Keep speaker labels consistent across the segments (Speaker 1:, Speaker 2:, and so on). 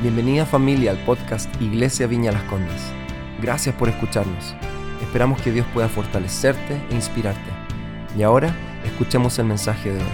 Speaker 1: Bienvenida familia al podcast Iglesia Viña Las Condes. Gracias por escucharnos. Esperamos que Dios pueda fortalecerte e inspirarte. Y ahora, escuchemos el mensaje de hoy.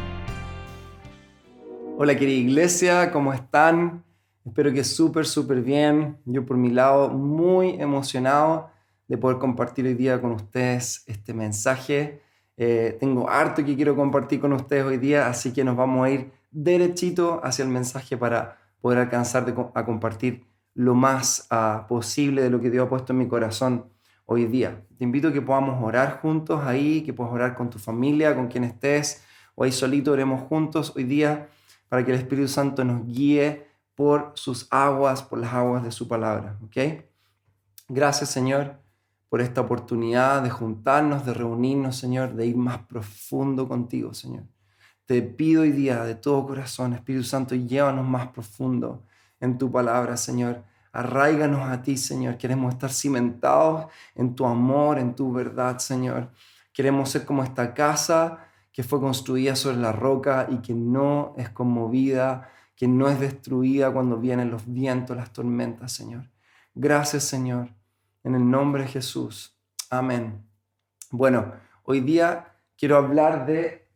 Speaker 1: Hola querida iglesia, ¿cómo están? Espero que súper bien. Yo por mi lado muy emocionado de poder compartir hoy día con ustedes este mensaje. Tengo harto que quiero compartir con ustedes hoy día, así que nos vamos a ir derechito hacia el mensaje para poder alcanzar a compartir lo más posible de lo que Dios ha puesto en mi corazón hoy día. Te invito a que podamos orar juntos ahí, que puedas orar con tu familia, con quien estés, o ahí solito oremos juntos hoy día para que el Espíritu Santo nos guíe por sus aguas, por las aguas de su palabra. ¿Ok? Gracias, Señor, por esta oportunidad de juntarnos, de reunirnos, Señor, de ir más profundo contigo, Señor. Te pido hoy día de todo corazón, Espíritu Santo, llévanos más profundo en tu palabra, Señor. Arráiganos a ti, Señor. Queremos estar cimentados en tu amor, en tu verdad, Señor. Queremos ser como esta casa que fue construida sobre la roca y que no es conmovida, que no es destruida cuando vienen los vientos, las tormentas, Señor. Gracias, Señor. En el nombre de Jesús. Amén. Bueno, hoy día quiero hablar de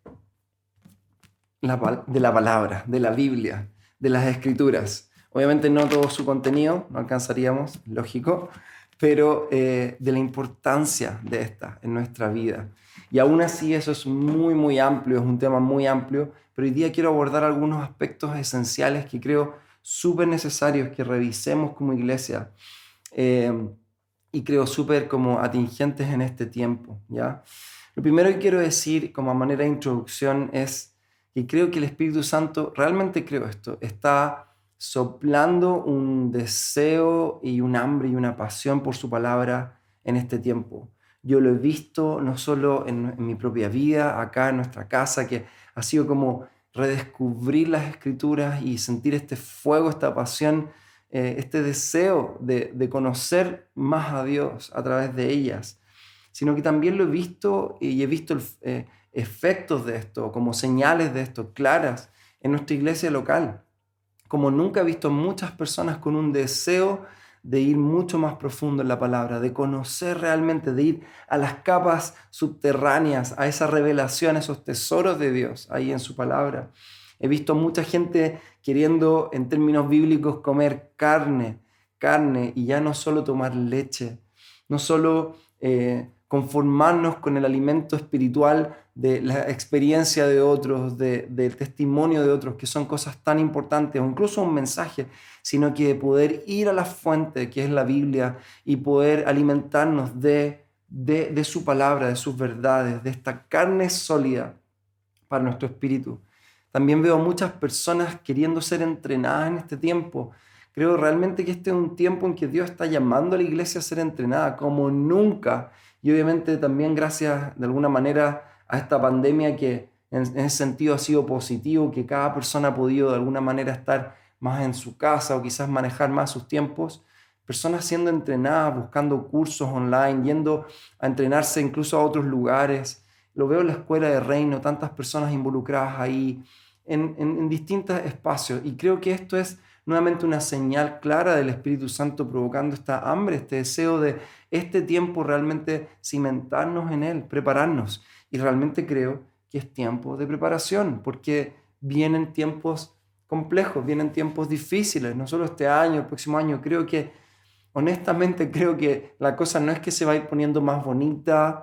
Speaker 1: la palabra, de la Biblia, de las Escrituras. Obviamente no todo su contenido, no alcanzaríamos, lógico, pero de la importancia de esta en nuestra vida. Y aún así eso es muy amplio, es un tema muy amplio, pero hoy día quiero abordar algunos aspectos esenciales que creo súper necesarios que revisemos como iglesia y creo súper como atingentes en este tiempo, ¿ya? Lo primero que quiero decir como a manera de introducción es y creo que el Espíritu Santo, realmente creo esto, está soplando un deseo y un hambre y una pasión por su palabra en este tiempo. Yo lo he visto no solo en mi propia vida, acá en nuestra casa, que ha sido como redescubrir las Escrituras y sentir este fuego, esta pasión, este deseo de conocer más a Dios a través de ellas, sino que también lo he visto y he visto efectos de esto, como señales de esto claras en nuestra iglesia local. Como nunca he visto muchas personas con un deseo de ir mucho más profundo en la palabra, de conocer realmente, de ir a las capas subterráneas, a esa revelación, a esos tesoros de Dios ahí en su palabra. He visto mucha gente queriendo, en términos bíblicos, comer carne y ya no solo tomar leche, no solo conformarnos con el alimento espiritual de la experiencia de otros, del testimonio de otros, que son cosas tan importantes, o incluso un mensaje, sino que poder ir a la fuente, que es la Biblia, y poder alimentarnos de su palabra, de sus verdades, de esta carne sólida para nuestro espíritu. También veo muchas personas queriendo ser entrenadas en este tiempo. Creo realmente que este es un tiempo en que Dios está llamando a la iglesia a ser entrenada como nunca. Y obviamente también gracias de alguna manera a esta pandemia que en ese sentido ha sido positivo, que cada persona ha podido de alguna manera estar más en su casa o quizás manejar más sus tiempos. Personas siendo entrenadas, buscando cursos online, yendo a entrenarse incluso a otros lugares. Lo veo en la escuela de Reino, tantas personas involucradas ahí en distintos espacios. Y creo que esto es nuevamente una señal clara del Espíritu Santo provocando esta hambre, este deseo de este tiempo realmente cimentarnos en él, prepararnos. Y realmente creo que es tiempo de preparación, porque vienen tiempos complejos, vienen tiempos difíciles, no solo este año, el próximo año. Honestamente creo que la cosa no es que se va a ir poniendo más bonita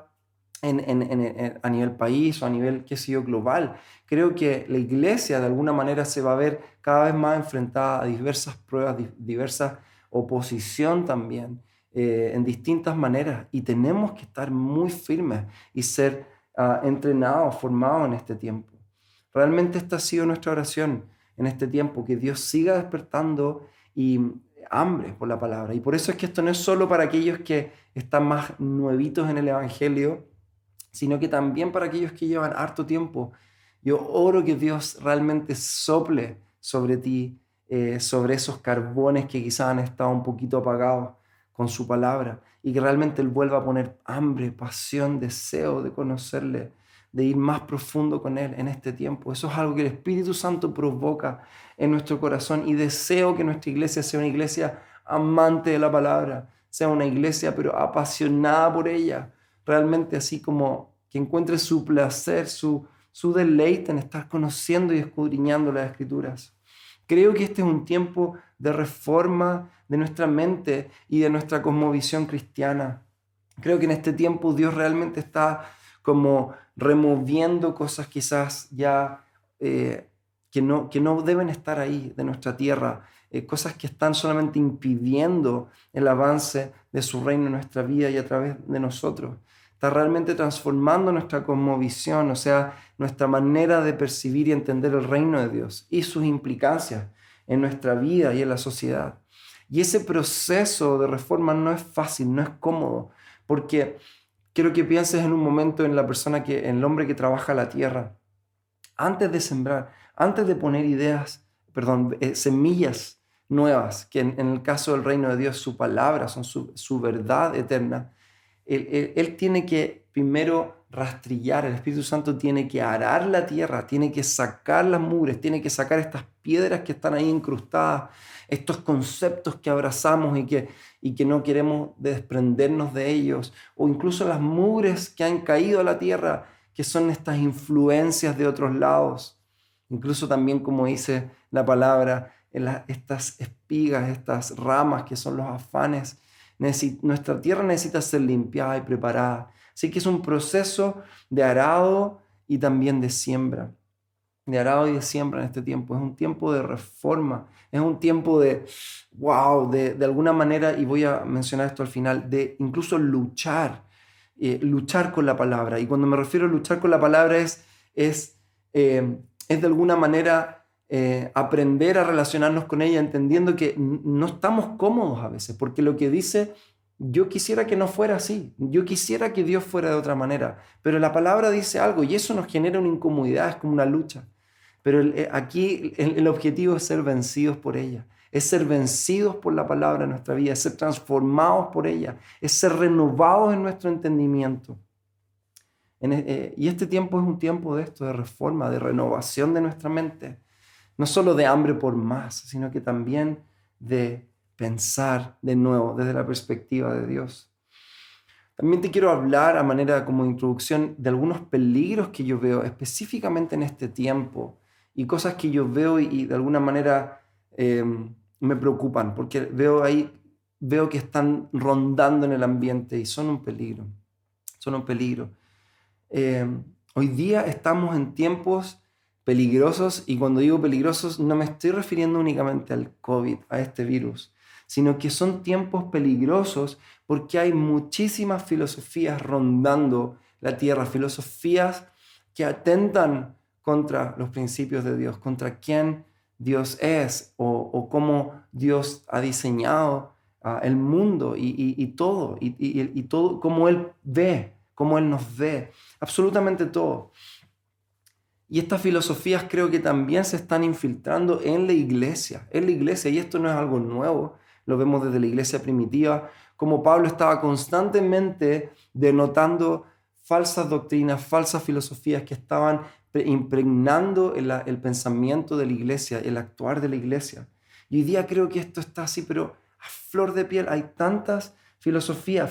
Speaker 1: a nivel país o a nivel, qué sé yo, global. Creo que la iglesia de alguna manera se va a ver cada vez más enfrentada a diversas pruebas, diversas oposición también, en distintas maneras. Y tenemos que estar muy firmes y ser entrenados, formados en este tiempo. Realmente esta ha sido nuestra oración en este tiempo, que Dios siga despertando y hambre por la palabra. Y por eso es que esto no es solo para aquellos que están más nuevitos en el Evangelio, sino que también para aquellos que llevan harto tiempo. Yo oro que Dios realmente sople sobre ti, sobre esos carbones que quizás han estado un poquito apagados con su palabra, y que realmente Él vuelva a poner hambre, pasión, deseo de conocerle, de ir más profundo con Él en este tiempo. Eso es algo que el Espíritu Santo provoca en nuestro corazón y deseo que nuestra iglesia sea una iglesia amante de la palabra, sea una iglesia pero apasionada por ella, realmente así como que encuentre su placer, su deleite en estar conociendo y escudriñando las Escrituras. Creo que este es un tiempo de reforma de nuestra mente y de nuestra cosmovisión cristiana. Creo que en este tiempo Dios realmente está como removiendo cosas quizás ya que no deben estar ahí de nuestra tierra, cosas que están solamente impidiendo el avance de su reino en nuestra vida y a través de nosotros. Está realmente transformando nuestra cosmovisión, o sea, nuestra manera de percibir y entender el reino de Dios y sus implicancias en nuestra vida y en la sociedad. Y ese proceso de reforma no es fácil, no es cómodo, porque quiero que pienses en un momento en en el hombre que trabaja la tierra. Antes de sembrar, antes de poner semillas nuevas, que en el caso del reino de Dios, su palabra, son su verdad eterna, él tiene que primero rastrillar, el Espíritu Santo tiene que arar la tierra, tiene que sacar las mugres, tiene que sacar estas piedras que están ahí incrustadas, estos conceptos que abrazamos y que no queremos desprendernos de ellos, o incluso las mugres que han caído a la tierra, que son estas influencias de otros lados. Incluso también, como dice la palabra, estas espigas, estas ramas que son los afanes. Nuestra tierra necesita ser limpiada y preparada. Así que es un proceso de arado y también de siembra. De arado y de siembra en este tiempo. Es un tiempo de reforma. Es un tiempo de alguna manera, y voy a mencionar esto al final, de incluso luchar con la palabra. Y cuando me refiero a luchar con la palabra es de alguna manera aprender a relacionarnos con ella, entendiendo que no estamos cómodos a veces, porque lo que dice, yo quisiera que no fuera así, yo quisiera que Dios fuera de otra manera, pero la palabra dice algo y eso nos genera una incomodidad, es como una lucha. Pero aquí el objetivo es ser vencidos por ella, es ser vencidos por la palabra en nuestra vida, es ser transformados por ella, es ser renovados en nuestro entendimiento. Y este tiempo es un tiempo de esto, de reforma, de renovación de nuestra mente. No solo de hambre por más, sino que también de pensar de nuevo desde la perspectiva de Dios. También te quiero hablar a manera como introducción de algunos peligros que yo veo específicamente en este tiempo y cosas que yo veo y de alguna manera me preocupan porque veo que están rondando en el ambiente y son un peligro. Son un peligro. Hoy día estamos en tiempos peligrosos, y cuando digo peligrosos no me estoy refiriendo únicamente al COVID, a este virus, sino que son tiempos peligrosos porque hay muchísimas filosofías rondando la tierra, filosofías que atentan contra los principios de Dios, contra quién Dios es o cómo Dios ha diseñado el mundo y todo, y todo, cómo Él ve, cómo Él nos ve, absolutamente todo. Y estas filosofías creo que también se están infiltrando en la iglesia, y esto no es algo nuevo, lo vemos desde la iglesia primitiva, como Pablo estaba constantemente denotando falsas doctrinas, falsas filosofías que estaban impregnando el pensamiento de la iglesia, el actuar de la iglesia. Y hoy día creo que esto está así, pero a flor de piel. Hay tantas filosofías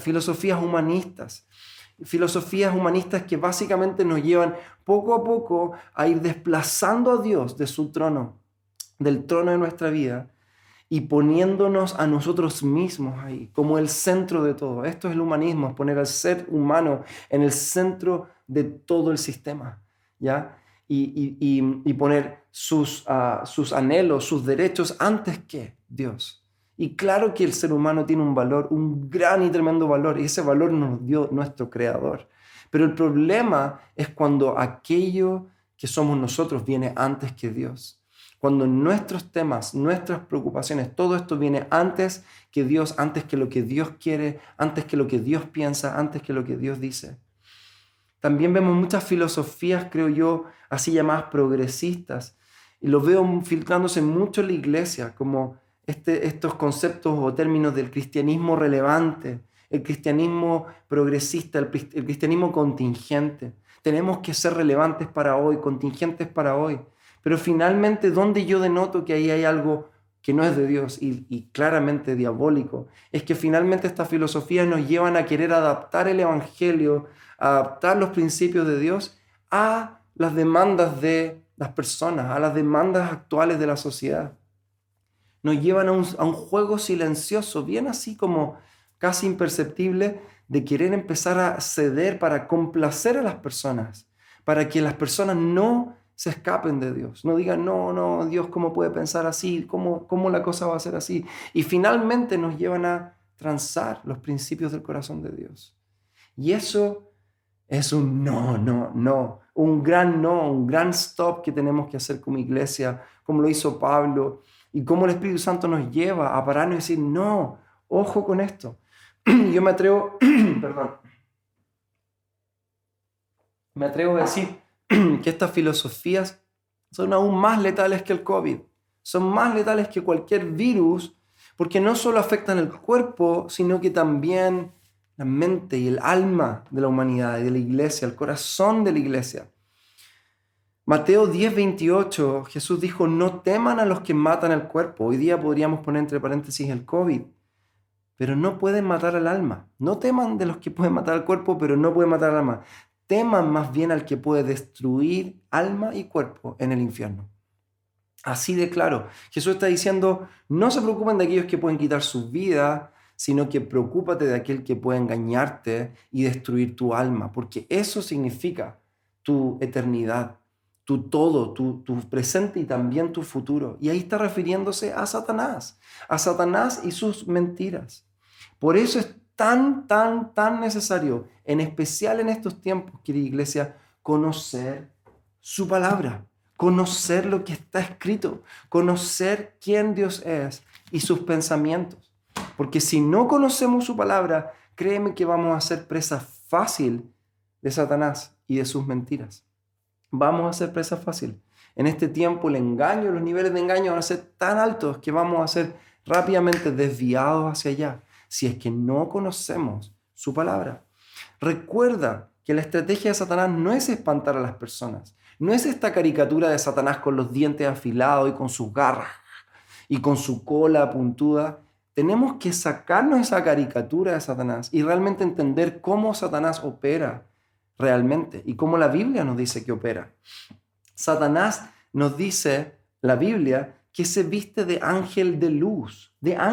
Speaker 1: humanistas que básicamente nos llevan poco a poco a ir desplazando a Dios de su trono, del trono de nuestra vida, y poniéndonos a nosotros mismos ahí, como el centro de todo. Esto es el humanismo, es poner al ser humano en el centro de todo el sistema, ¿ya? Y poner sus anhelos, sus derechos antes que Dios. Y claro que el ser humano tiene un valor, un gran y tremendo valor, y ese valor nos dio nuestro Creador. Pero el problema es cuando aquello que somos nosotros viene antes que Dios. Cuando nuestros temas, nuestras preocupaciones, todo esto viene antes que Dios, antes que lo que Dios quiere, antes que lo que Dios piensa, antes que lo que Dios dice. También vemos muchas filosofías, creo yo, así llamadas progresistas, y lo veo filtrándose mucho en la iglesia, como estos conceptos o términos del cristianismo relevante, el cristianismo progresista, el cristianismo contingente. tenemos que ser relevantes para hoy, contingentes para hoy. Pero finalmente, donde yo denoto que ahí hay algo que no es de Dios y claramente diabólico, es que finalmente estas filosofías nos llevan a querer adaptar el Evangelio, adaptar los principios de Dios a las demandas de las personas, a las demandas actuales de la sociedad. Nos llevan a un juego silencioso, bien así como casi imperceptible, de querer empezar a ceder para complacer a las personas, para que las personas no se escapen de Dios, no digan, no, Dios, ¿cómo puede pensar así? ¿Cómo la cosa va a ser así? Y finalmente nos llevan a transar los principios del corazón de Dios. Y eso es un no, un gran stop que tenemos que hacer como iglesia, como lo hizo Pablo, y cómo el Espíritu Santo nos lleva a pararnos y decir, no, ojo con esto. Yo me atrevo, me atrevo a decir que estas filosofías son aún más letales que el COVID, son más letales que cualquier virus, porque no solo afectan el cuerpo, sino que también la mente y el alma de la humanidad y de la iglesia, el corazón de la iglesia. Mateo 10:28, Jesús dijo, no teman a los que matan el cuerpo. Hoy día podríamos poner entre paréntesis el COVID, pero no pueden matar al alma. No teman de los que pueden matar al cuerpo, pero no pueden matar al alma. Teman más bien al que puede destruir alma y cuerpo en el infierno. Así de claro. Jesús está diciendo, no se preocupen de aquellos que pueden quitar su vida, sino que preocúpate de aquel que puede engañarte y destruir tu alma, porque eso significa tu eternidad, tu todo, tu presente y también tu futuro. Y ahí está refiriéndose a Satanás y sus mentiras. Por eso es tan necesario, en especial en estos tiempos, querida iglesia, conocer su palabra, conocer lo que está escrito, conocer quién Dios es y sus pensamientos. Porque si no conocemos su palabra, créeme que vamos a ser presa fácil de Satanás y de sus mentiras. Vamos a ser presa fácil. En este tiempo el engaño, los niveles de engaño van a ser tan altos que vamos a ser rápidamente desviados hacia allá, si es que no conocemos su palabra. Recuerda que la estrategia de Satanás no es espantar a las personas, no es esta caricatura de Satanás con los dientes afilados y con sus garras y con su cola puntuda. Tenemos que sacarnos esa caricatura de Satanás y realmente entender cómo Satanás opera realmente y cómo la Biblia nos dice que opera. Satanás nos dice, la Biblia, que se viste de ángel de luz,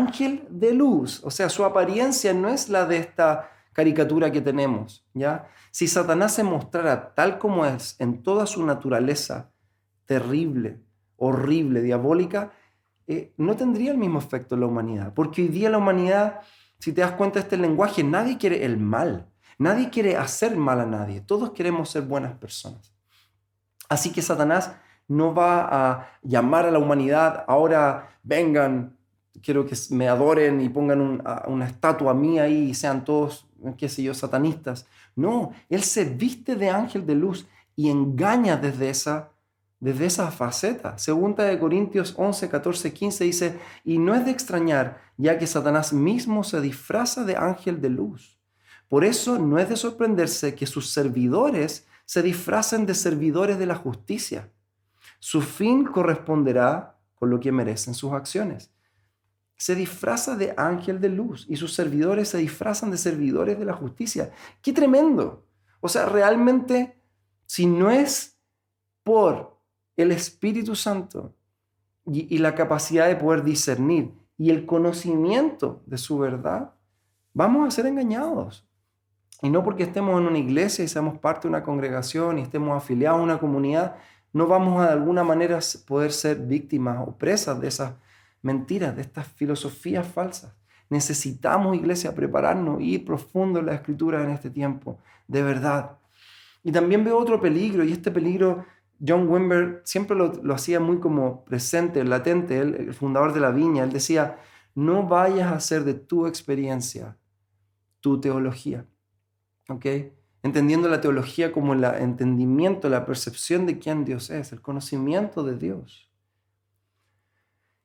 Speaker 1: o sea, su apariencia no es la de esta caricatura que tenemos, ¿ya? Si Satanás se mostrara tal como es, en toda su naturaleza, terrible, horrible, diabólica, no tendría el mismo efecto en la humanidad, porque hoy día la humanidad, si te das cuenta de este lenguaje, nadie quiere el mal, nadie quiere hacer mal a nadie, todos queremos ser buenas personas. Así que Satanás no va a llamar a la humanidad, ahora vengan, quiero que me adoren y pongan una estatua mía ahí y sean todos, qué sé yo, satanistas. No, él se viste de ángel de luz y engaña desde esa faceta. Segunda de Corintios 11, 14, 15 dice, y no es de extrañar, ya que Satanás mismo se disfraza de ángel de luz. Por eso no es de sorprenderse que sus servidores se disfracen de servidores de la justicia. Su fin corresponderá con lo que merecen sus acciones. Se disfraza de ángel de luz y sus servidores se disfrazan de servidores de la justicia. ¡Qué tremendo! O sea, realmente, si no es por el Espíritu Santo y la capacidad de poder discernir y el conocimiento de su verdad, vamos a ser engañados. Y no porque estemos en una iglesia y seamos parte de una congregación y estemos afiliados a una comunidad, no vamos a de alguna manera poder ser víctimas o presas de esas mentiras, de estas filosofías falsas. Necesitamos, iglesia, prepararnos y ir profundo en la Escritura en este tiempo, de verdad. Y también veo otro peligro, y este peligro John Wimber siempre lo hacía muy como presente, latente, él, el fundador de la Viña. Él decía, no vayas a hacer de tu experiencia tu teología. ¿Ok? Entendiendo la teología como el entendimiento, la percepción de quién Dios es, el conocimiento de Dios.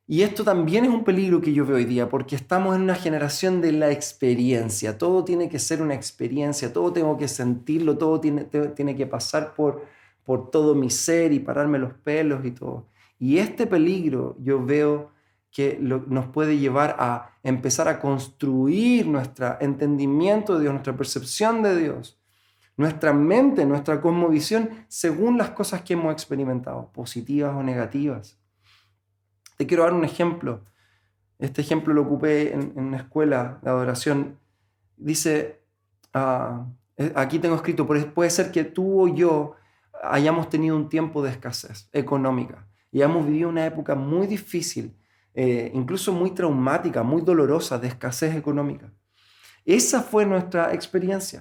Speaker 1: Y esto también es un peligro que yo veo hoy día, porque estamos en una generación de la experiencia. Todo tiene que ser una experiencia, todo tengo que sentirlo, todo tiene que pasar por todo mi ser y pararme los pelos y todo. Y este peligro yo veo que nos puede llevar a empezar a construir nuestro entendimiento de Dios, nuestra percepción de Dios, nuestra mente, nuestra cosmovisión, según las cosas que hemos experimentado, positivas o negativas. Te quiero dar un ejemplo. Este ejemplo lo ocupé en una escuela de adoración. Dice, aquí tengo escrito, puede ser que tú o yo hayamos tenido un tiempo de escasez económica y hemos vivido una época muy difícil, incluso muy traumática, muy dolorosa de escasez económica. Esa fue nuestra experiencia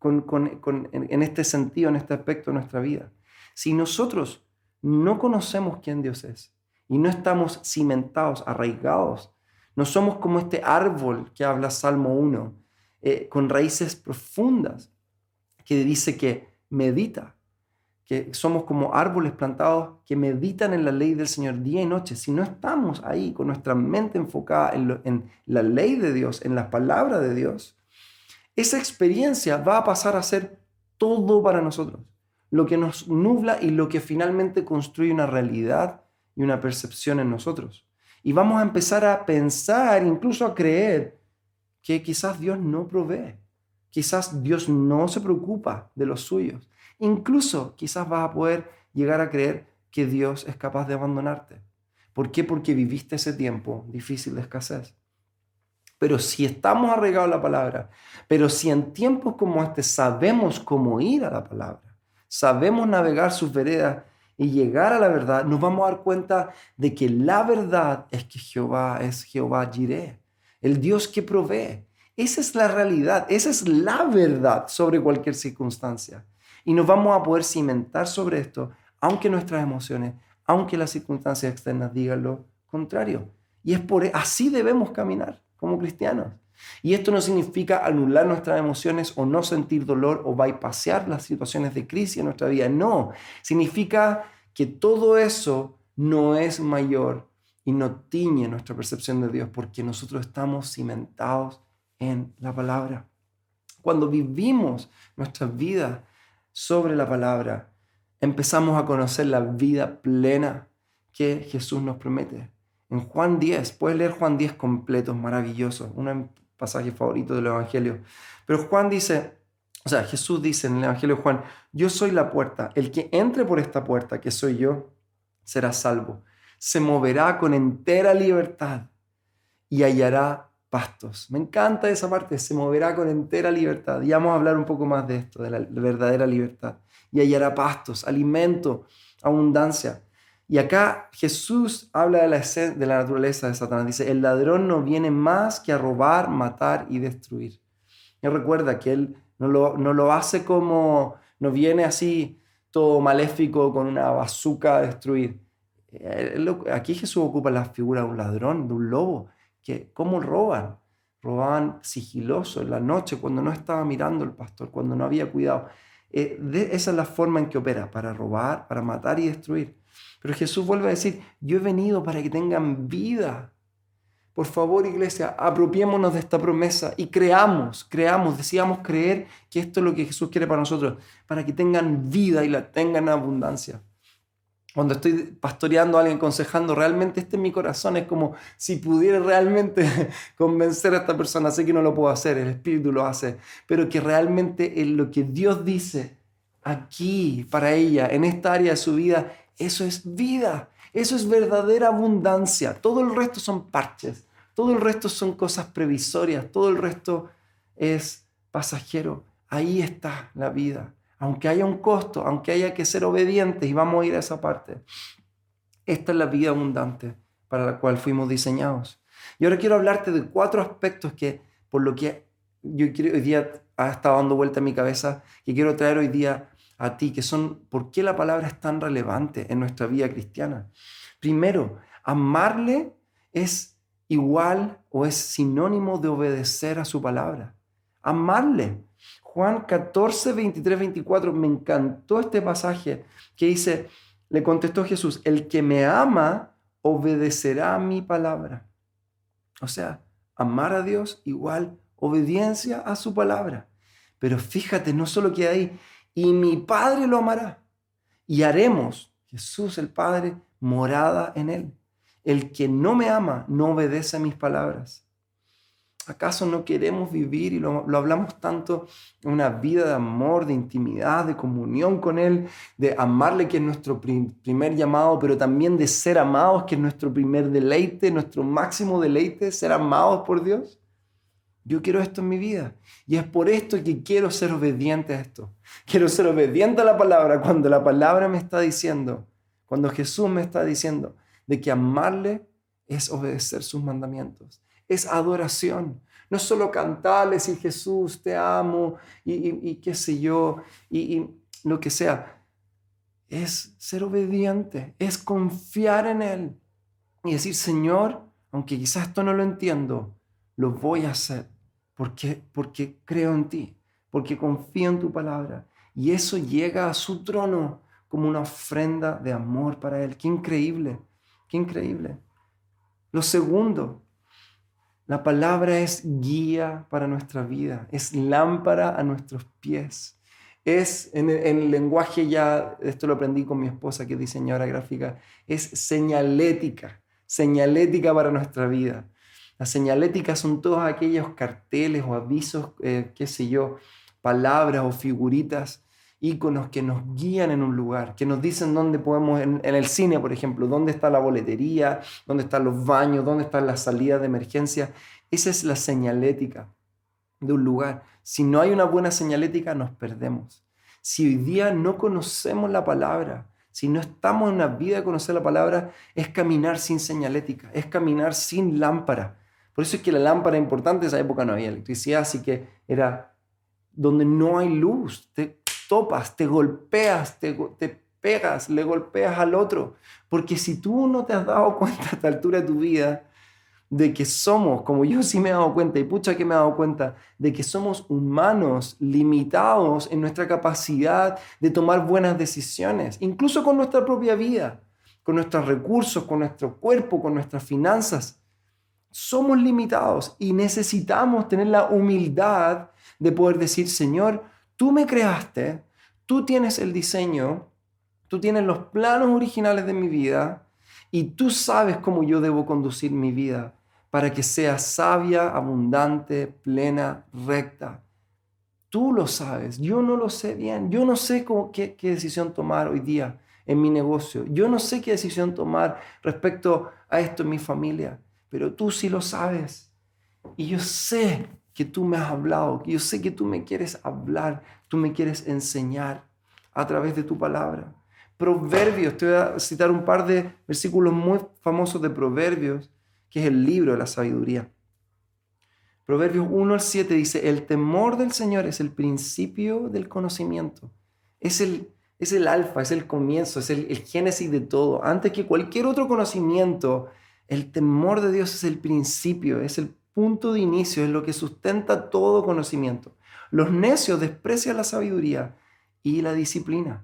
Speaker 1: en este sentido, en este aspecto de nuestra vida. Si nosotros no conocemos quién Dios es y no estamos cimentados, arraigados, no somos como este árbol que habla Salmo 1, con raíces profundas, que dice que medita, que somos como árboles plantados que meditan en la ley del Señor día y noche. Si no estamos ahí con nuestra mente enfocada en la ley de Dios, en las palabras de Dios, esa experiencia va a pasar a ser todo para nosotros, lo que nos nubla y lo que finalmente construye una realidad y una percepción en nosotros. Y vamos a empezar a pensar, incluso a creer, que quizás Dios no provee, quizás Dios no se preocupa de los suyos. Incluso quizás vas a poder llegar a creer que Dios es capaz de abandonarte. ¿Por qué? Porque viviste ese tiempo difícil de escasez. Pero si estamos arraigados a la palabra, pero si en tiempos como este sabemos cómo ir a la palabra, sabemos navegar sus veredas y llegar a la verdad, nos vamos a dar cuenta de que la verdad es que Jehová es Jehová Jireh, el Dios que provee. Esa es la realidad, esa es la verdad sobre cualquier circunstancia. Y nos vamos a poder cimentar sobre esto, aunque nuestras emociones, aunque las circunstancias externas digan lo contrario. Y así debemos caminar como cristianos. Y esto no significa anular nuestras emociones o no sentir dolor o bypassear las situaciones de crisis en nuestra vida. No, significa que todo eso no es mayor y no tiñe nuestra percepción de Dios porque nosotros estamos cimentados en la palabra. Cuando vivimos nuestras vidas sobre la palabra, empezamos a conocer la vida plena que Jesús nos promete. En Juan 10, puedes leer Juan 10 completo, es maravilloso, uno de mis pasajes favoritos del Evangelio. Pero Jesús dice en el Evangelio de Juan, yo soy la puerta, el que entre por esta puerta, que soy yo, será salvo. Se moverá con entera libertad y hallará pastos. Me encanta esa parte, se moverá con entera libertad. Y vamos a hablar un poco más de esto, de la verdadera libertad. Y hallará pastos, alimento, abundancia. Y acá Jesús habla de la naturaleza de Satanás. Dice, el ladrón no viene más que a robar, matar y destruir. Y recuerda que él no lo hace no viene así todo maléfico con una bazooka a destruir. Aquí Jesús ocupa la figura de un ladrón, de un lobo, que ¿cómo roban? Robaban sigiloso en la noche cuando no estaba mirando el pastor, cuando no había cuidado. Esa es la forma en que opera, para robar, para matar y destruir. Pero Jesús vuelve a decir, yo he venido para que tengan vida. Por favor, iglesia, apropiémonos de esta promesa y creamos, decidamos creer que esto es lo que Jesús quiere para nosotros, para que tengan vida y la tengan en abundancia. Cuando estoy pastoreando a alguien, aconsejando, realmente este en mi corazón es como si pudiera realmente convencer a esta persona. Sé que no lo puedo hacer, el Espíritu lo hace, pero que realmente lo que Dios dice aquí para ella, en esta área de su vida, eso es vida, eso es verdadera abundancia. Todo el resto son parches, todo el resto son cosas previsorias, todo el resto es pasajero. Ahí está la vida. Aunque haya un costo, aunque haya que ser obedientes, y vamos a ir a esa parte. Esta es la vida abundante para la cual fuimos diseñados. Y ahora quiero hablarte de 4 aspectos que, por lo que hoy día ha estado dando vuelta en mi cabeza, que quiero traer hoy día a ti, que son por qué la palabra es tan relevante en nuestra vida cristiana. Primero, amarle es igual o es sinónimo de obedecer a su palabra. Amarle. Juan 14, 23, 24, me encantó este pasaje que dice, le contestó Jesús, el que me ama obedecerá mi palabra. O sea, amar a Dios igual obediencia a su palabra. Pero fíjate, no solo queda ahí, y mi Padre lo amará. Y haremos, Jesús el Padre, morada en él. El que no me ama no obedece a mis palabras. ¿Acaso no queremos vivir, y lo hablamos tanto, una vida de amor, de intimidad, de comunión con Él, de amarle, que es nuestro primer llamado, pero también de ser amados, que es nuestro primer deleite, nuestro máximo deleite, ser amados por Dios? Yo quiero esto en mi vida, y es por esto que quiero ser obediente a esto. Quiero ser obediente a la palabra cuando la palabra me está diciendo, cuando Jesús me está diciendo de que amarle es obedecer sus mandamientos. Es adoración. No es solo cantarle, decir Jesús, te amo, y qué sé yo, y lo que sea. Es ser obediente, es confiar en Él y decir, Señor, aunque quizás esto no lo entiendo, lo voy a hacer porque creo en ti, porque confío en tu palabra. Y eso llega a su trono como una ofrenda de amor para Él. ¡Qué increíble! ¡Qué increíble! Lo segundo, la palabra es guía para nuestra vida, es lámpara a nuestros pies. Es, en el lenguaje ya, esto lo aprendí con mi esposa que es diseñadora gráfica, es señalética para nuestra vida. Las señaléticas son todos aquellos carteles o avisos, qué sé yo, palabras o figuritas, íconos que nos guían en un lugar, que nos dicen dónde podemos, en el cine, por ejemplo, dónde está la boletería, dónde están los baños, dónde están las salidas de emergencia. Esa es la señalética de un lugar. Si no hay una buena señalética, nos perdemos. Si hoy día no conocemos la palabra, si no estamos en una vida de conocer la palabra, es caminar sin señalética, es caminar sin lámpara. Por eso es que la lámpara es importante. En esa época no había electricidad, así que era donde no hay luz. Te topas, te golpeas, te pegas, le golpeas al otro. Porque si tú no te has dado cuenta a esta altura de tu vida de que somos, como yo sí me he dado cuenta, y pucha que me he dado cuenta, de que somos humanos limitados en nuestra capacidad de tomar buenas decisiones, incluso con nuestra propia vida, con nuestros recursos, con nuestro cuerpo, con nuestras finanzas. Somos limitados y necesitamos tener la humildad de poder decir, Señor, tú me creaste, tú tienes el diseño, tú tienes los planos originales de mi vida y tú sabes cómo yo debo conducir mi vida para que sea sabia, abundante, plena, recta. Tú lo sabes, yo no lo sé bien, yo no sé qué decisión tomar hoy día en mi negocio, yo no sé qué decisión tomar respecto a esto en mi familia, pero tú sí lo sabes. Y yo sé que tú me has hablado, que yo sé que tú me quieres hablar, tú me quieres enseñar a través de tu palabra. Proverbios, te voy a citar un par de versículos muy famosos de Proverbios, que es el libro de la sabiduría. Proverbios 1 al 7 dice, el temor del Señor es el principio del conocimiento. Es el alfa, es el comienzo, es el génesis de todo. Antes que cualquier otro conocimiento, el temor de Dios es el principio, es el punto de inicio, es lo que sustenta todo conocimiento. Los necios desprecian la sabiduría y la disciplina.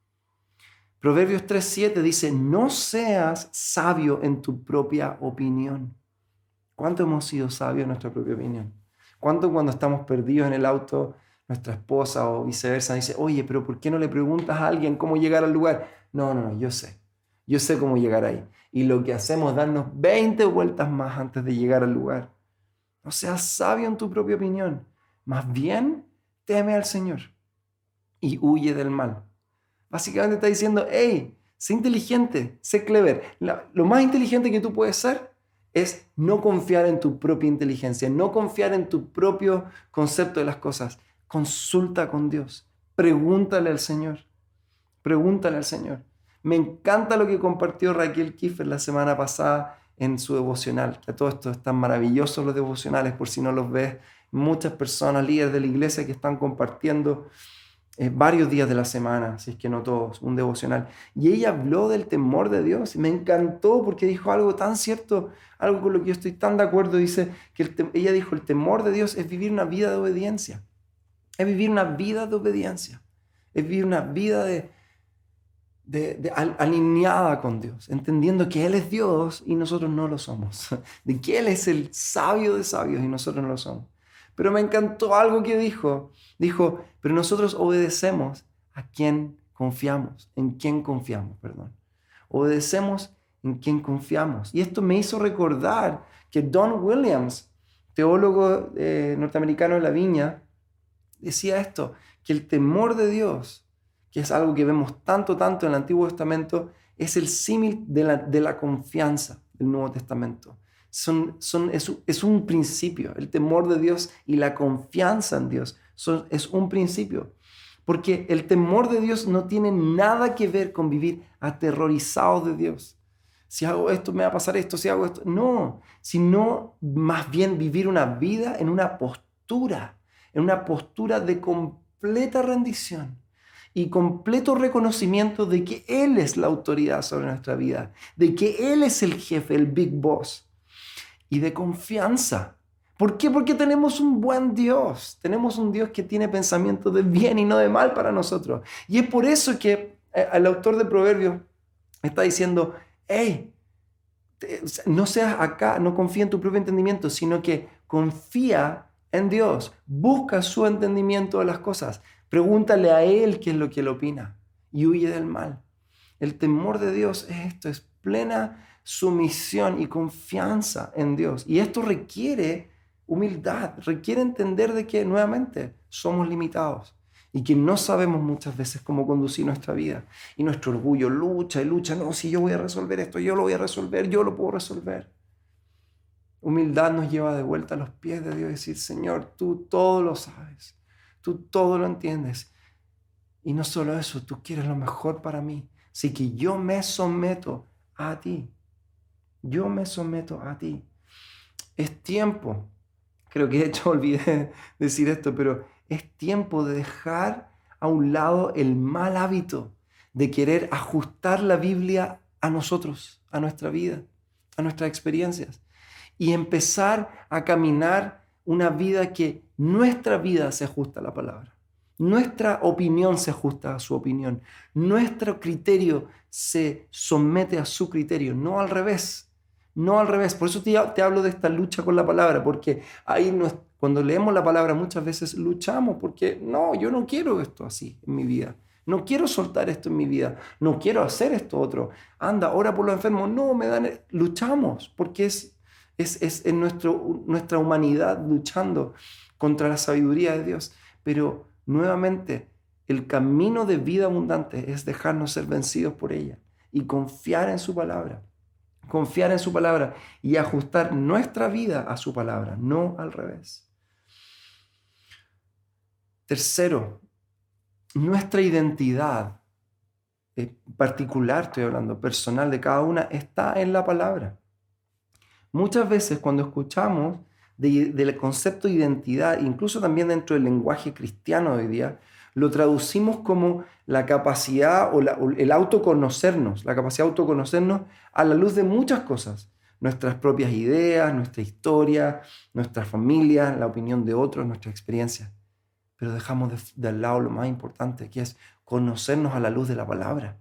Speaker 1: Proverbios 3:7 dice, no seas sabio en tu propia opinión. ¿Cuánto hemos sido sabios en nuestra propia opinión? ¿Cuánto cuando estamos perdidos en el auto, nuestra esposa o viceversa dice, oye, pero ¿por qué no le preguntas a alguien cómo llegar al lugar? No, yo sé cómo llegar ahí. Y lo que hacemos es darnos 20 vueltas más antes de llegar al lugar. No seas sabio en tu propia opinión. Más bien, teme al Señor y huye del mal. Básicamente está diciendo, hey, sé inteligente, sé clever. Lo más inteligente que tú puedes ser es no confiar en tu propia inteligencia, no confiar en tu propio concepto de las cosas. Consulta con Dios, pregúntale al Señor, pregúntale al Señor. Me encanta lo que compartió Raquel Kiefer la semana pasada en su devocional, que a todo esto están maravillosos los devocionales, por si no los ves, muchas personas, líderes de la iglesia que están compartiendo varios días de la semana, si es que no todos, un devocional. Y ella habló del temor de Dios. Me encantó porque dijo algo tan cierto, algo con lo que yo estoy tan de acuerdo. Dice que ella dijo, el temor de Dios es vivir una vida de obediencia. Es vivir una vida de obediencia. Es vivir una vida de alineada con Dios, entendiendo que Él es Dios y nosotros no lo somos, de que Él es el sabio de sabios y nosotros no lo somos. Pero me encantó algo que dijo, pero nosotros obedecemos a quien confiamos, en quien confiamos, perdón. Obedecemos en quien confiamos. Y esto me hizo recordar que Don Williams, teólogo norteamericano de la Viña, decía esto, que el temor de Dios, que es algo que vemos tanto en el Antiguo Testamento, es el símil de la confianza del Nuevo Testamento. Es un principio. El temor de Dios y la confianza en Dios es un principio. Porque el temor de Dios no tiene nada que ver con vivir aterrorizados de Dios. Si hago esto, me va a pasar esto, si hago esto. No, sino más bien vivir una vida en una postura de completa rendición y completo reconocimiento de que Él es la autoridad sobre nuestra vida, de que Él es el jefe, el big boss, y de confianza. ¿Por qué? Porque tenemos un buen Dios, tenemos un Dios que tiene pensamientos de bien y no de mal para nosotros. Y es por eso que el autor de Proverbios está diciendo, hey, no seas acá, no confía en tu propio entendimiento, sino que confía en Dios, busca su entendimiento de las cosas, pregúntale a Él qué es lo que Él opina y huye del mal. El temor de Dios es esto, es plena sumisión y confianza en Dios. Y esto requiere humildad, requiere entender de que nuevamente somos limitados y que no sabemos muchas veces cómo conducir nuestra vida. Y nuestro orgullo lucha y lucha, no, si yo voy a resolver esto, yo lo voy a resolver, yo lo puedo resolver. Humildad nos lleva de vuelta a los pies de Dios y decir, Señor, tú todo lo sabes, tú todo lo entiendes. Y no solo eso, tú quieres lo mejor para mí. Así que yo me someto a ti. Yo me someto a ti. Es tiempo, creo que de hecho olvidé decir esto, pero es tiempo de dejar a un lado el mal hábito de querer ajustar la Biblia a nosotros, a nuestra vida, a nuestras experiencias. Y empezar a caminar una vida que nuestra vida se ajusta a la palabra. Nuestra opinión se ajusta a su opinión. Nuestro criterio se somete a su criterio, no al revés. No al revés. Por eso te hablo de esta lucha con la palabra, porque ahí cuando leemos la palabra muchas veces luchamos, porque no, yo no quiero esto así en mi vida. No quiero soltar esto en mi vida. No quiero hacer esto otro. Anda, ora por los enfermos. No, luchamos, porque es en nuestra humanidad luchando contra la sabiduría de Dios. Pero nuevamente, el camino de vida abundante es dejarnos ser vencidos por ella y confiar en su palabra. Confiar en su palabra y ajustar nuestra vida a su palabra, no al revés. Tercero, nuestra identidad particular, estoy hablando, personal de cada una, está en la palabra. Muchas veces cuando escuchamos del concepto de identidad, incluso también dentro del lenguaje cristiano de hoy día, lo traducimos como la capacidad o el autoconocernos, la capacidad de autoconocernos a la luz de muchas cosas. Nuestras propias ideas, nuestra historia, nuestra familia, la opinión de otros, nuestras experiencias. Pero dejamos de lado lo más importante, que es conocernos a la luz de la palabra.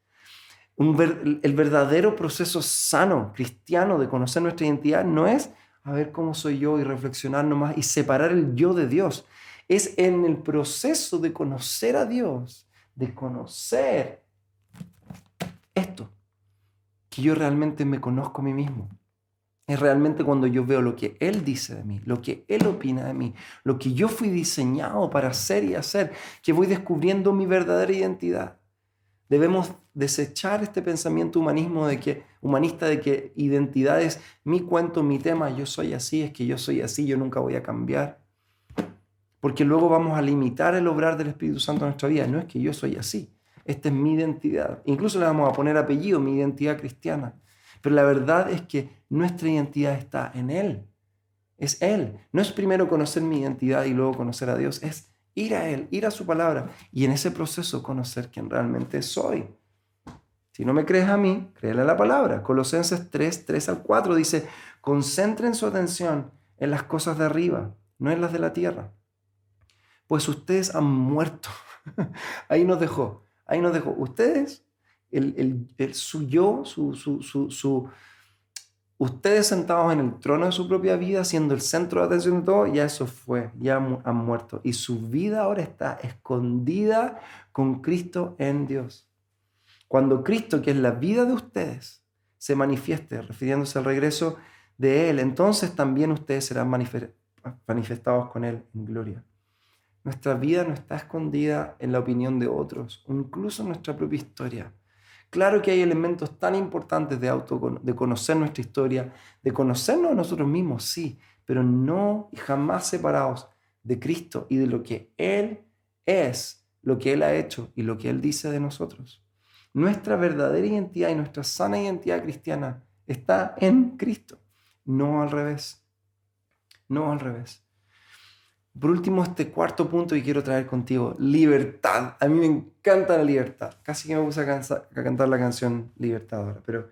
Speaker 1: El verdadero proceso sano, cristiano, de conocer nuestra identidad no es a ver cómo soy yo y reflexionar nomás y separar el yo de Dios. Es en el proceso de conocer a Dios, de conocer esto, que yo realmente me conozco a mí mismo. Es realmente cuando yo veo lo que Él dice de mí, lo que Él opina de mí, lo que yo fui diseñado para hacer y hacer, que voy descubriendo mi verdadera identidad. Debemos desechar este pensamiento humanista de que identidad es mi cuento, mi tema, yo soy así, es que yo soy así, yo nunca voy a cambiar. Porque luego vamos a limitar el obrar del Espíritu Santo en nuestra vida. No es que yo soy así, esta es mi identidad. Incluso le vamos a poner apellido, mi identidad cristiana. Pero la verdad es que nuestra identidad está en Él. Es Él. No es primero conocer mi identidad y luego conocer a Dios, es ir a Él, ir a su palabra y en ese proceso conocer quién realmente soy. Si no me crees a mí, créele a la palabra. Colosenses 3:3-4 dice, concentren su atención en las cosas de arriba, no en las de la tierra. Pues ustedes han muerto. Ahí nos dejó. Ustedes su yo, ustedes sentados en el trono de su propia vida, siendo el centro de atención de todo, ya eso fue, ya han muerto. Y su vida ahora está escondida con Cristo en Dios. Cuando Cristo, que es la vida de ustedes, se manifieste, refiriéndose al regreso de Él, entonces también ustedes serán manifestados con Él en gloria. Nuestra vida no está escondida en la opinión de otros, o incluso en nuestra propia historia. Claro que hay elementos tan importantes de conocer nuestra historia, de conocernos a nosotros mismos, sí, pero no y jamás separados de Cristo y de lo que Él es, lo que Él ha hecho y lo que Él dice de nosotros. Nuestra verdadera identidad y nuestra sana identidad cristiana está en Cristo, no al revés. No al revés. Por último, este cuarto punto que quiero traer contigo, libertad. A mí me encanta la libertad. Casi que me puse a cantar la canción Libertad ahora, pero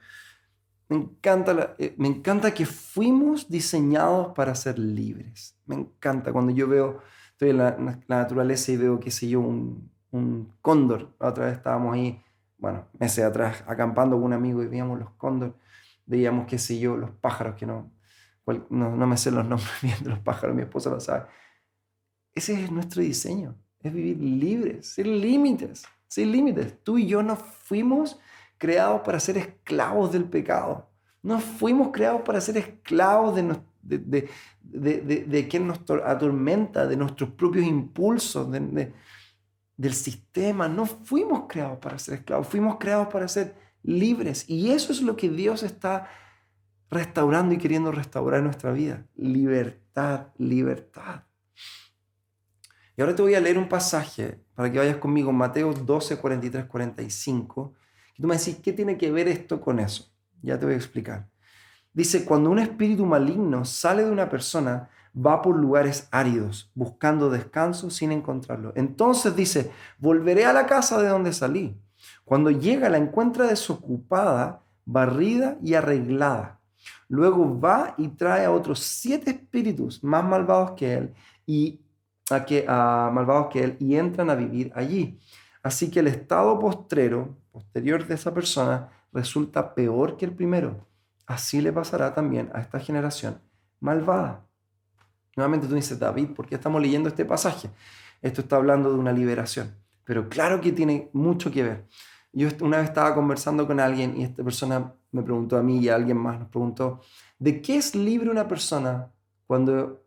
Speaker 1: me encanta que fuimos diseñados para ser libres. Me encanta cuando yo estoy en la naturaleza y veo, qué sé yo, un cóndor. La otra vez estábamos ahí, bueno, meses atrás, acampando con un amigo y veíamos los cóndor. Veíamos, qué sé yo, los pájaros, que no me sé los nombres bien de los pájaros, mi esposa lo sabe. Ese es nuestro diseño, es vivir libres, sin límites, sin límites. Tú y yo no fuimos creados para ser esclavos del pecado. No fuimos creados para ser esclavos de quien nos atormenta, de nuestros propios impulsos, del sistema. No fuimos creados para ser esclavos, fuimos creados para ser libres. Y eso es lo que Dios está restaurando y queriendo restaurar en nuestra vida. Libertad, libertad. Y ahora te voy a leer un pasaje para que vayas conmigo, Mateo 12, 43, 45. Y tú me decís, ¿qué tiene que ver esto con eso? Ya te voy a explicar. Dice, cuando un espíritu maligno sale de una persona, va por lugares áridos, buscando descanso sin encontrarlo. Entonces dice, volveré a la casa de donde salí. Cuando llega, la encuentra desocupada, barrida y arreglada. Luego va y trae a otros 7 espíritus más malvados que él y entran a vivir allí. Así que el estado posterior de esa persona resulta peor que el primero. Así le pasará también a esta generación malvada. Nuevamente tú dices, David, ¿por qué estamos leyendo este pasaje? Esto está hablando de una liberación, pero claro que tiene mucho que ver. Yo una vez estaba conversando con alguien y esta persona me preguntó a mí y a alguien más nos preguntó, ¿de qué es libre una persona cuando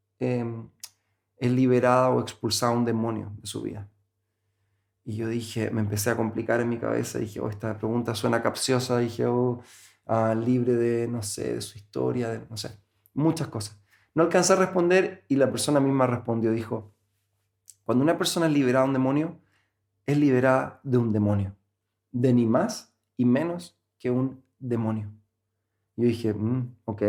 Speaker 1: es liberada o expulsada un demonio de su vida? Y yo dije, me empecé a complicar en mi cabeza, dije, esta pregunta suena capciosa, dije, libre de, no sé, de su historia, de, no sé, muchas cosas. No alcancé a responder y la persona misma respondió, dijo, cuando una persona es liberada de un demonio, es liberada de un demonio, de ni más y menos que un demonio. Yo dije, ok.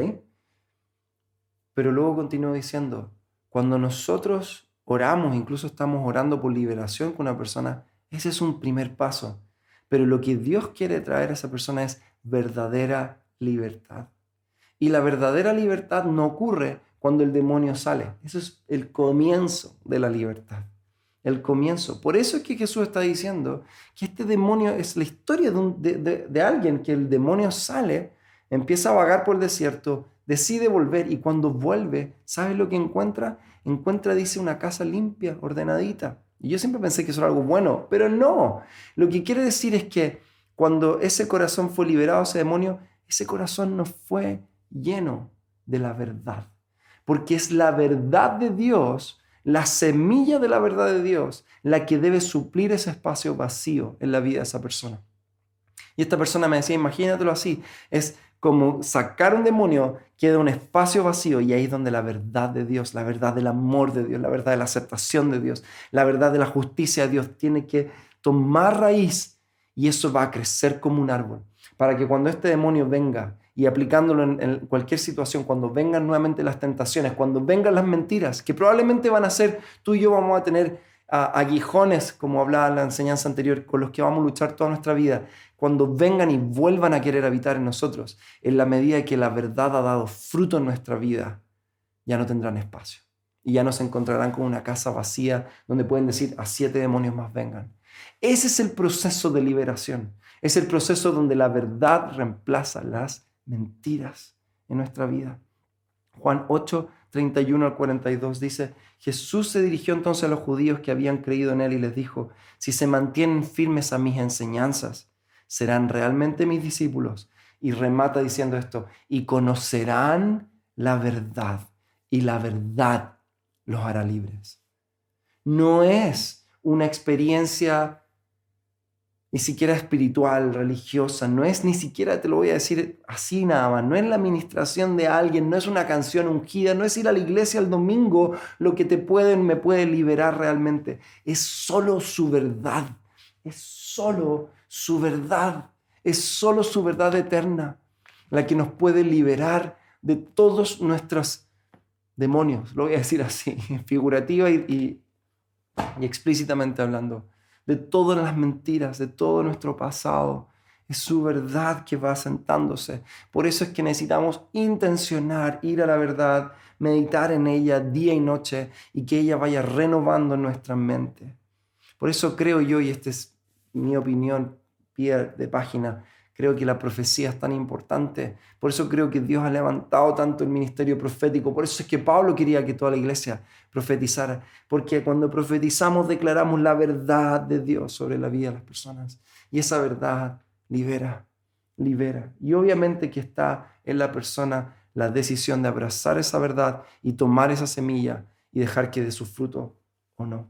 Speaker 1: Pero luego continuó diciendo, cuando nosotros oramos, incluso estamos orando por liberación con una persona, ese es un primer paso. Pero lo que Dios quiere traer a esa persona es verdadera libertad. Y la verdadera libertad no ocurre cuando el demonio sale. Eso es el comienzo de la libertad. El comienzo. Por eso es que Jesús está diciendo que este demonio es la historia de alguien que el demonio sale, empieza a vagar por el desierto, decide volver y cuando vuelve, ¿sabes lo que encuentra? Encuentra, dice, una casa limpia, ordenadita. Y yo siempre pensé que eso era algo bueno, pero no. Lo que quiere decir es que cuando ese corazón fue liberado, ese demonio, ese corazón no fue lleno de la verdad. Porque es la verdad de Dios, la semilla de la verdad de Dios, la que debe suplir ese espacio vacío en la vida de esa persona. Y esta persona me decía, imagínatelo así, es como sacar un demonio, queda un espacio vacío y ahí es donde la verdad de Dios, la verdad del amor de Dios, la verdad de la aceptación de Dios, la verdad de la justicia de Dios tiene que tomar raíz y eso va a crecer como un árbol para que cuando este demonio venga y aplicándolo en cualquier situación, cuando vengan nuevamente las tentaciones, cuando vengan las mentiras, que probablemente van a ser, tú y yo vamos a tener aguijones, como hablaba en la enseñanza anterior, con los que vamos a luchar toda nuestra vida, cuando vengan y vuelvan a querer habitar en nosotros, en la medida que la verdad ha dado fruto en nuestra vida, ya no tendrán espacio. Y ya no se encontrarán con una casa vacía donde pueden decir a 7 demonios más vengan. Ese es el proceso de liberación. Es el proceso donde la verdad reemplaza las mentiras en nuestra vida. Juan 8, 31 al 42 dice: Jesús se dirigió entonces a los judíos que habían creído en él y les dijo: si se mantienen firmes a mis enseñanzas, serán realmente mis discípulos. Y remata diciendo esto: y conocerán la verdad, y la verdad los hará libres. No es una experiencia ni siquiera espiritual, religiosa, no es ni siquiera, te lo voy a decir así nada más, no es la administración de alguien, no es una canción ungida, no es ir a la iglesia el domingo lo que me puede liberar realmente. Es solo su verdad, es solo su verdad, es solo su verdad eterna la que nos puede liberar de todos nuestros demonios, lo voy a decir así, figurativa y explícitamente hablando, de todas las mentiras, de todo nuestro pasado. Es su verdad que va asentándose. Por eso es que necesitamos intencionar, ir a la verdad, meditar en ella día y noche y que ella vaya renovando nuestra mente. Por eso creo yo, y esta es mi opinión, pie de página, creo que la profecía es tan importante. Por eso creo que Dios ha levantado tanto el ministerio profético. Por eso es que Pablo quería que toda la iglesia profetizara. Porque cuando profetizamos declaramos la verdad de Dios sobre la vida de las personas. Y esa verdad libera. Y obviamente que está en la persona la decisión de abrazar esa verdad y tomar esa semilla y dejar que dé su fruto o no.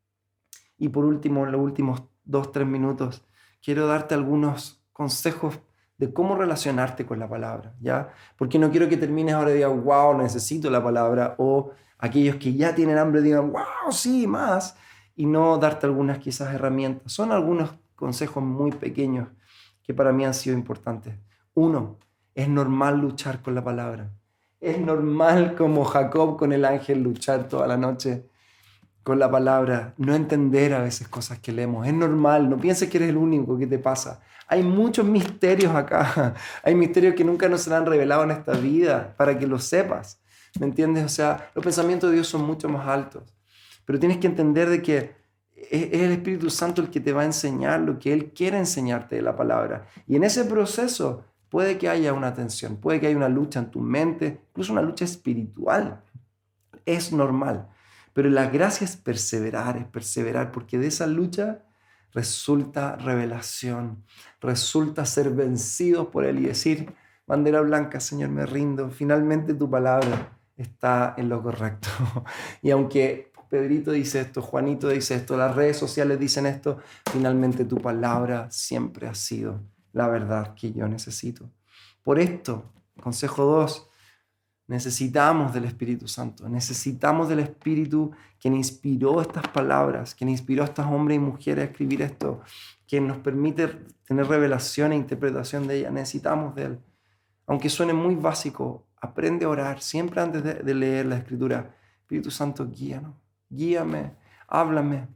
Speaker 1: Y por último, en los últimos 2-3 minutos, quiero darte algunos consejos de cómo relacionarte con la palabra, ¿ya? Porque no quiero que termines ahora y digas: wow, necesito la palabra, o aquellos que ya tienen hambre digan: wow, sí, más, y no darte algunas quizás herramientas. Son algunos consejos muy pequeños que para mí han sido importantes. Uno, es normal luchar con la palabra. Es normal, como Jacob con el ángel, luchar toda la noche con la palabra, no entender a veces cosas que leemos. Es normal, no pienses que eres el único que te pasa. Hay muchos misterios acá, hay misterios que nunca nos serán revelados en esta vida para que lo sepas, ¿me entiendes? O sea, los pensamientos de Dios son mucho más altos, pero tienes que entender de que es el Espíritu Santo el que te va a enseñar lo que Él quiere enseñarte de la palabra. Y en ese proceso puede que haya una tensión, puede que haya una lucha en tu mente, incluso una lucha espiritual. Es normal. Pero la gracia es perseverar, porque de esa lucha resulta revelación, resulta ser vencidos por Él y decir: bandera blanca, Señor, me rindo, finalmente tu palabra está en lo correcto. Y aunque Pedrito dice esto, Juanito dice esto, las redes sociales dicen esto, finalmente tu palabra siempre ha sido la verdad que yo necesito. Por esto, consejo 2, necesitamos del Espíritu Santo, necesitamos del Espíritu quien inspiró estas palabras, quien inspiró a estos hombres y mujeres a escribir esto, quien nos permite tener revelación e interpretación de ella. Necesitamos de Él. Aunque suene muy básico, aprende a orar siempre antes de leer la Escritura. Espíritu Santo, guíanos, guíame, háblame.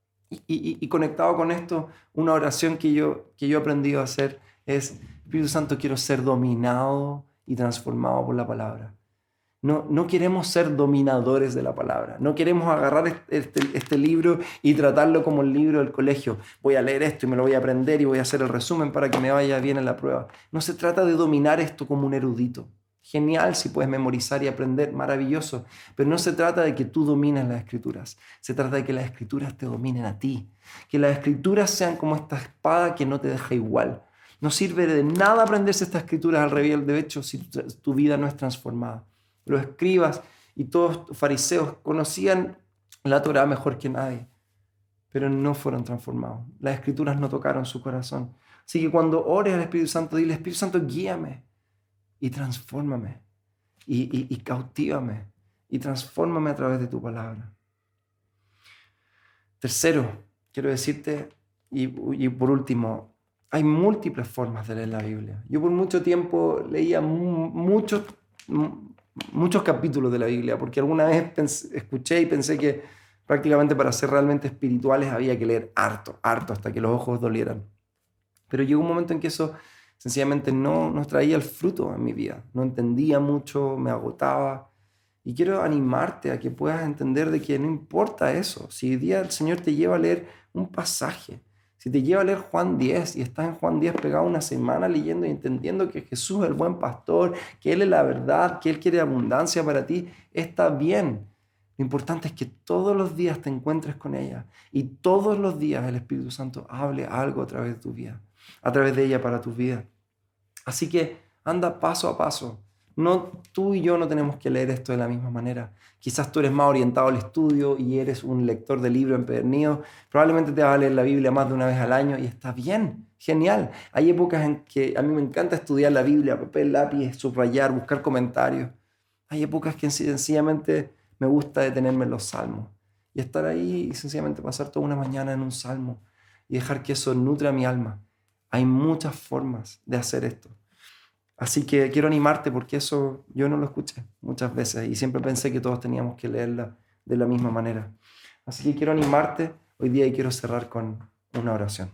Speaker 1: Y conectado con esto, una oración que yo he aprendido a hacer es: Espíritu Santo, quiero ser dominado y transformado por la palabra. No queremos ser dominadores de la palabra. No queremos agarrar este libro y tratarlo como el libro del colegio. Voy a leer esto y me lo voy a aprender y voy a hacer el resumen para que me vaya bien en la prueba. No se trata de dominar esto como un erudito. Genial si puedes memorizar y aprender, maravilloso. Pero no se trata de que tú domines las Escrituras. Se trata de que las Escrituras te dominen a ti. Que las Escrituras sean como esta espada que no te deja igual. No sirve de nada aprenderse estas Escrituras al revés, de hecho, si tu vida no es transformada. Los escribas y todos los fariseos conocían la Torá mejor que nadie, pero no fueron transformados. Las Escrituras no tocaron su corazón. Así que cuando ores al Espíritu Santo, dile: Espíritu Santo, guíame y transfórmame y cautívame y transfórmame a través de tu palabra. Tercero, quiero decirte, y por último, hay múltiples formas de leer la Biblia. Yo por mucho tiempo leía muchos capítulos de la Biblia, porque alguna vez escuché y pensé que prácticamente para ser realmente espirituales había que leer harto, hasta que los ojos dolieran. Pero llegó un momento en que eso sencillamente no traía el fruto en mi vida. No entendía mucho, me agotaba. Y quiero animarte a que puedas entender de que no importa eso. Si hoy día el Señor te lleva a leer un pasaje, si te lleva a leer Juan 10 y estás en Juan 10 pegado una semana leyendo y entendiendo que Jesús es el buen pastor, que Él es la verdad, que Él quiere abundancia para ti, está bien. Lo importante es que todos los días te encuentres con ella y todos los días el Espíritu Santo hable algo a través de tu vida, a través de ella para tu vida. Así que anda paso a paso. No, tú y yo no tenemos que leer esto de la misma manera. Quizás tú eres más orientado al estudio y eres un lector de libro empedernido. Probablemente te vas a leer la Biblia más de una vez al año y está bien, genial. Hay épocas en que a mí me encanta estudiar la Biblia, papel, lápiz, subrayar, buscar comentarios. Hay épocas que sencillamente me gusta detenerme en los salmos y estar ahí y sencillamente pasar toda una mañana en un salmo y dejar que eso nutra mi alma. Hay muchas formas de hacer esto. Así que quiero animarte porque eso yo no lo escuché muchas veces y siempre pensé que todos teníamos que leerla de la misma manera. Así que quiero animarte hoy día y quiero cerrar con una oración.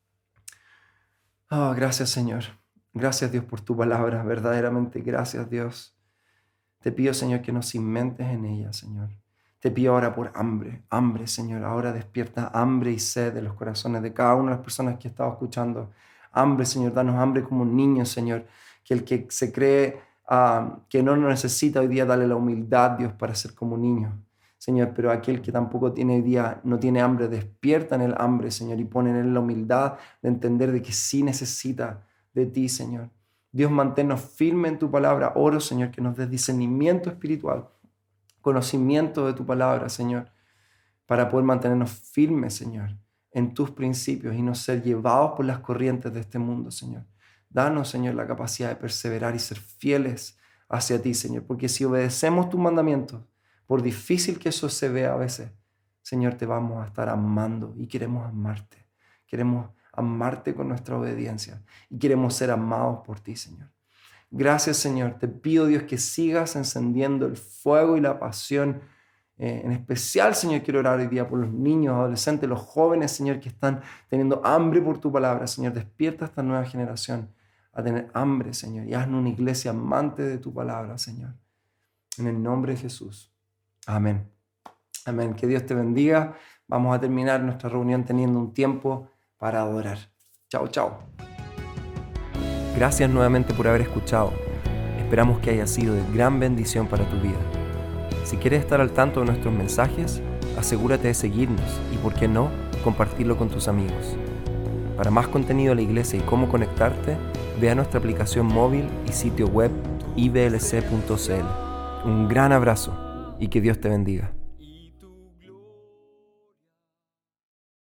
Speaker 1: Oh, gracias Señor. Gracias Dios por tu palabra. Verdaderamente gracias Dios. Te pido Señor que nos cimentes en ella, Señor. Te pido ahora por hambre Señor. Ahora despierta hambre y sed de los corazones de cada una de las personas que he estado escuchando. Hambre Señor, danos hambre como niños Señor. Que el que se cree que no nos necesita hoy día, dale la humildad, Dios, para ser como niños, Señor. Pero aquel que tampoco tiene hoy día, no tiene hambre, despierta en el hambre, Señor, y pone en él la humildad de entender de que sí necesita de ti, Señor. Dios, manténnos firmes en tu palabra. Oro, Señor, que nos des discernimiento espiritual, conocimiento de tu palabra, Señor, para poder mantenernos firmes, Señor, en tus principios y no ser llevados por las corrientes de este mundo, Señor. Danos, Señor, la capacidad de perseverar y ser fieles hacia ti, Señor, porque si obedecemos tus mandamientos, por difícil que eso se vea a veces, Señor, te vamos a estar amando y queremos amarte. Queremos amarte con nuestra obediencia y queremos ser amados por ti, Señor. Gracias, Señor. Te pido, Dios, que sigas encendiendo el fuego y la pasión. En especial, Señor, quiero orar hoy día por los niños, adolescentes, los jóvenes, Señor, que están teniendo hambre por tu palabra. Señor, despierta a esta nueva generación a tener hambre, Señor, y haznos una iglesia amante de tu palabra, Señor. En el nombre de Jesús. Amén. Amén. Que Dios te bendiga. Vamos a terminar nuestra reunión teniendo un tiempo para adorar. Chao, chao. Gracias nuevamente por haber escuchado. Esperamos que haya sido de gran bendición para tu vida. Si quieres estar al tanto de nuestros mensajes, asegúrate de seguirnos y, por qué no, compartirlo con tus amigos. Para más contenido de la iglesia y cómo conectarte, ve a nuestra aplicación móvil y sitio web iblc.cl. Un gran abrazo y que Dios te bendiga.